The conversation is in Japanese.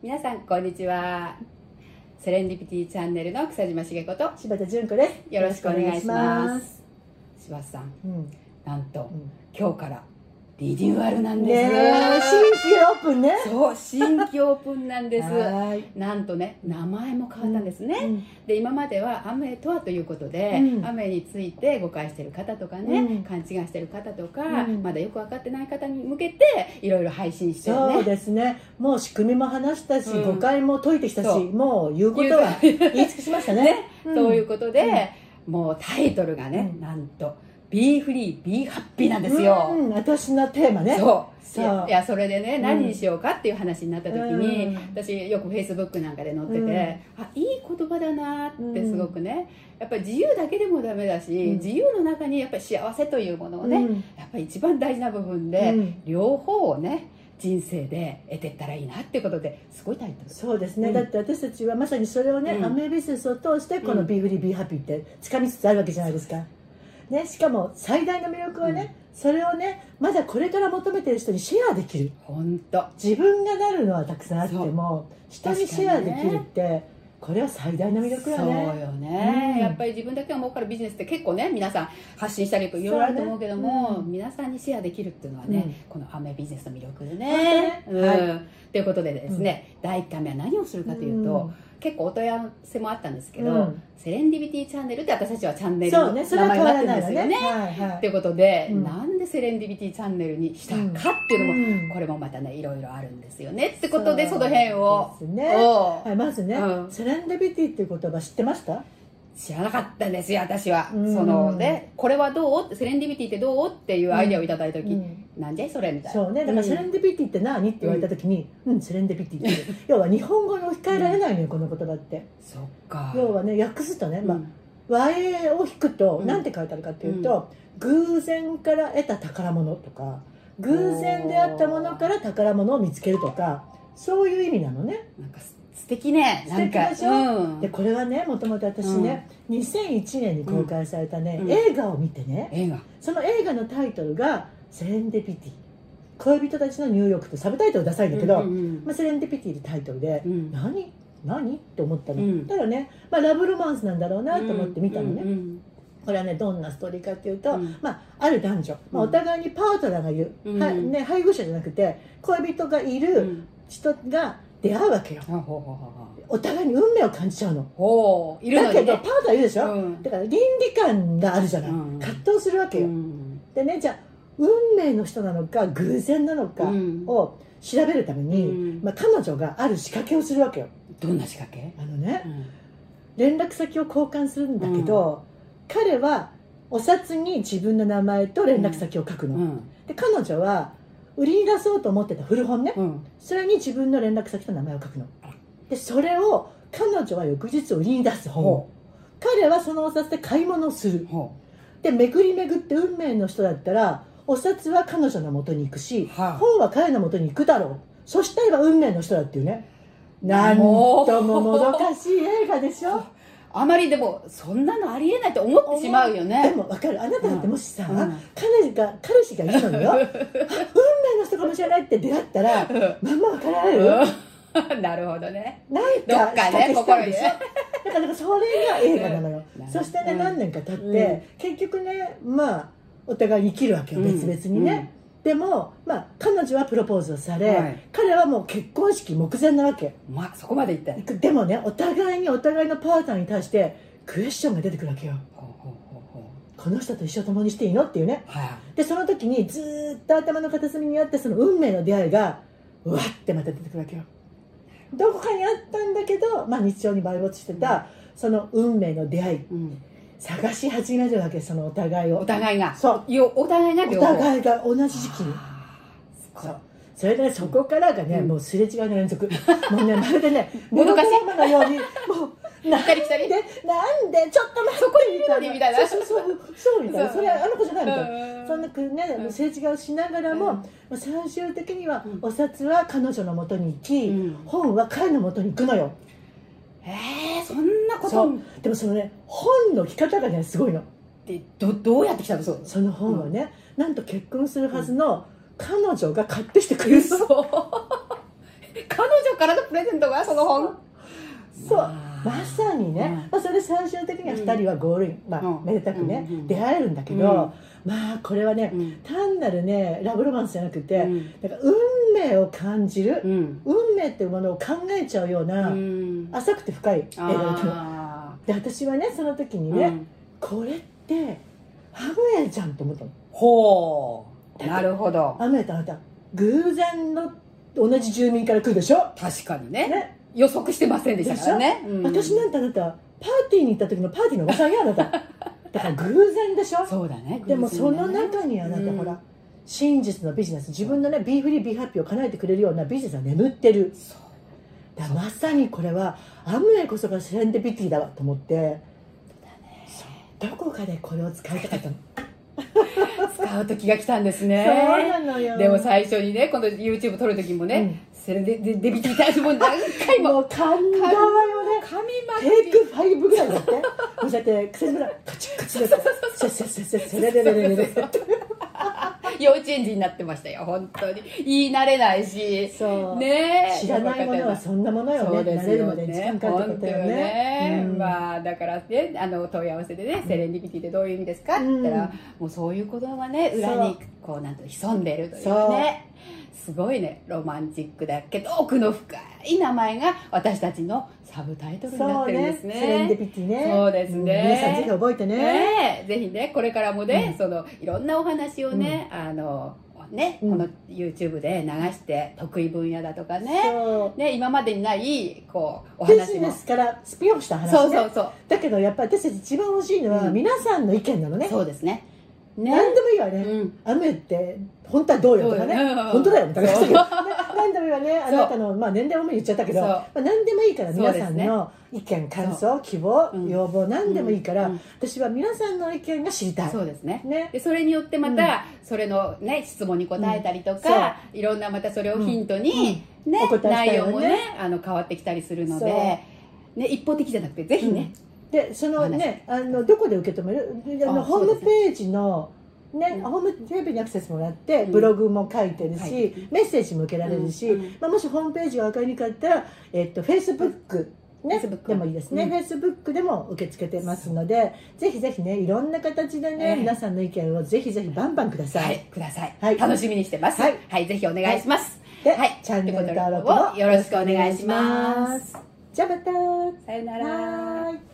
皆さんこんにちは。セレンディピティチャンネルの草島茂子と柴田純子です。 よろしくお願いします。柴田さん、なんと、今日からリニューアルなんです。 新規オープンね。 そう、新規オープンなんです。なんとね、名前も変わったんですね。で、今まではアメとはということで、アメについて誤解している方とかね、勘違いしている方とか、まだよく分かってない方に向けていろいろ配信してるね。 そうですね。もう仕組みも話したし、誤解も解いてきたし、もう言うことは言い尽くしましたね。 そういうことで、もうタイトルがね、なんとBe Free, Be Happy なんですよ。 私のテーマね。 いやそれでね、何にしようかっていう話になった時に、私よく Facebook なんかで載ってて、いい言葉だなってすごくね、やっぱり自由だけでもダメだし、自由の中にやっぱり幸せというものをね、やっぱり一番大事な部分で、両方をね人生で得てったらいいなっていうことですごいタイトル。 そうですね、だって私たちはまさにそれをね、アメビジネスを通してこの Be Free, Be Happy って掴みつつあるわけじゃないですか。ね、しかも最大の魅力はね、それをねまだこれから求めてる人にシェアできる。 本当、 自分がなるのはたくさんあっても人にシェアできるって、これは最大の魅力よね。 そうよね、やっぱり自分だけが儲かるビジネスって結構ね、皆さん発信したりいろいろあると思うけども、皆さんにシェアできるっていうのはね、このアメビジネスの魅力でね。ということでですね、第1回目は何をするかというと、結構お問い合わせもあったんですけど、セレンディピティチャンネルって私たちはチャンネルの名前になってるんですよね。ということで、なんでセレンディピティチャンネルにしたかっていうのも、これもまたねいろいろあるんですよねってことで、その辺をまずね、セレンディピティっていう言葉知ってました？ 知らなかったんですよ私は。そのでこれはどう、セレンディピティってどうっていうアイデアをいただいた時、なんじゃいそれみたいな。 そうね、だからセレンディピティって何って言われた時に、セレンディピティって要は日本語に置き換えられないのよ、この言葉って。 そっか。 要はね、訳すとね、和英を引くと何て書いてあるかっていうと、偶然から得た宝物とか、偶然であったものから宝物を見つけるとか、そういう意味なのね。 なんか素敵ね。 素敵でしょ。でこれはね、もともと私ね、2001年に公開されたね、映画を見てね、その映画のタイトルがセレンディピティ、恋人たちのニューヨークとサブタイトルダサいんだけど、セレンディピティってタイトルで、何って思ったの。ただね、ラブロマンスなんだろうなと思って見たのね。これはね、どんなストーリーかっていうと、ある男女、お互いにパートナーがいる、配偶者じゃなくて恋人がいる人が出会うわけよ。お互いに運命を感じちゃうの。だけどパートナーいるでしょ、だから倫理観があるじゃない、葛藤するわけよ。でね、じゃあ運命の人なのか偶然なのかを調べるために、彼女がある仕掛けをするわけよ。 どんな仕掛け？ 連絡先を交換するんだけど、彼はお札に自分の名前と連絡先を書くの。で彼女は売りに出そうと思ってた古本ね、それに自分の連絡先と名前を書くの。でそれを彼女は翌日売りに出す本、彼はそのお札で買い物をする。で巡り巡って運命の人だったらお札は彼女の元に行くし、本は彼の元に行くだろう。そしたら運命の人だっていうね、なんとももどかしい映画でしょ。 あまりでもそんなのありえないと思ってしまうよね。 でも分かる、あなただってもしさ、彼氏がいるのよ運命の人かもしれないって出会ったらまんま分かられるなるほどね。 なんかね、心にね。だからそれが映画なのよ。そしてね、何年か経って結局ね、お互いに生きるわけよ、別々にね。でも彼女はプロポーズをされ、彼はもう結婚式目前なわけ。 そこまでいって。 でもね、お互いのパートナーに対してクエスチョンが出てくるわけよ。この人と一生共にしていいのっていうね。でその時にずーっと頭の片隅にあってその運命の出会いがうわってまた出てくるわけよ。どこかにあったんだけど、日常に埋没してたその運命の出会い、探し始めるわけ。そのお互いを、 お互いがそうお互いが同じ時期に。それでね、そこからがね、もうすれ違いの連続もうね、まるでねもどかしいメロドラマのようにもう行ったり来たりなんでちょっと待って、 そこにいるのにみたいな、 そうみたいな、それはあの子じゃないみたいな、そんなねすれ違いをしながらも、最終的にはお札は彼女の元に行き、本は彼の元に行くのよ。 そんなこと。 でもそのね、本の着方がねすごいの。 どうやって来たの？ その本はね、なんと結婚するはずの彼女が買ってきてくれるの。 彼女からのプレゼントがその本。 そう、まさにね、それで最終的には2人はゴールイン、めでたくね、出会えるんだけど、まあこれはね、単なるねラブロマンスじゃなくて、なんか運命を感じる、運命っていうものを考えちゃうような、浅くて深い映画だったので、私はねその時にね、これってアムウェイじゃんと思ったの。 ほう、なるほど。 アムウェイとあなた偶然の同じ住民から来るでしょ。 確かにね、予測してませんでしたからね。 私なんてあなたパーティーに行った時のパーティーのおばさんやあなた。だから偶然でしょ。 そうだね。 でもその中にあなたほら真実のビジネス、自分のねビーフリービーハッピーを叶えてくれるようなビジネスが眠ってる。だからまさにこれはアムウェイこそがセレンディピティだわと思って、どこかでこれを使いたかったの。 使う時が来たんですね。 そうなのよ。 でも最初にね、この YouTube 撮る時もね、セレンディピティタイプも何回も。 もう噛んだわよね。 噛みまくり。テイク5ぐらいだって。もうそうやって癖がカチッカチッで。セレレレレレレ。 幼稚園児になってましたよ、本当に。言い慣れないし。 そう。 ね、 知らないものはそんなものよね。慣れるまで時間かかってことよね。 まあだからね、問い合わせでね、セレンディピティってどういう意味ですかって言ったら、もうそういうことがね、裏にこうなんと潜んでるというね。すごいね、ロマンチックだけど奥の深い名前が私たちのサブタイトルになってるんですね。 セレンディピティね。 そうですね。 皆さんぜひ覚えてね。 ぜひね、これからもね、そのいろんなお話をね、この YouTube で流して得意分野だとかね、今までにないこうお話もビジネスからスピンオフした話ね。そうだけどやっぱり私たち一番欲しいのは皆さんの意見なのね。 そうですね。 何でもいいわね。アムウェイって本当はどうよとかね、本当だよみたいな。何でもいいわね。あなたの年齢も言っちゃったけど、何でもいいから皆さんの意見、感想、希望、要望何でもいいから、私は皆さんの意見が知りたい。 そうですね。でそれによってまたそれのね質問に答えたりとか、いろんなまたそれをヒントにね内容もね変わってきたりするので、ね一方的じゃなくてぜひね。 でそのねどこで受け止めるホームページのね、ホームページにアクセスもらってブログも書いてるし、メッセージも受けられるし、もしホームページが分かりにくかったらFacebookでもいいですね。Facebook でも受け付けてますので、ぜひぜひねいろんな形でね皆さんの意見をぜひぜひバンバンください。 ください。楽しみにしてます。はい、ぜひお願いします。 で、チャンネル登録もよろしくお願いします。 じゃあまた。 さよなら。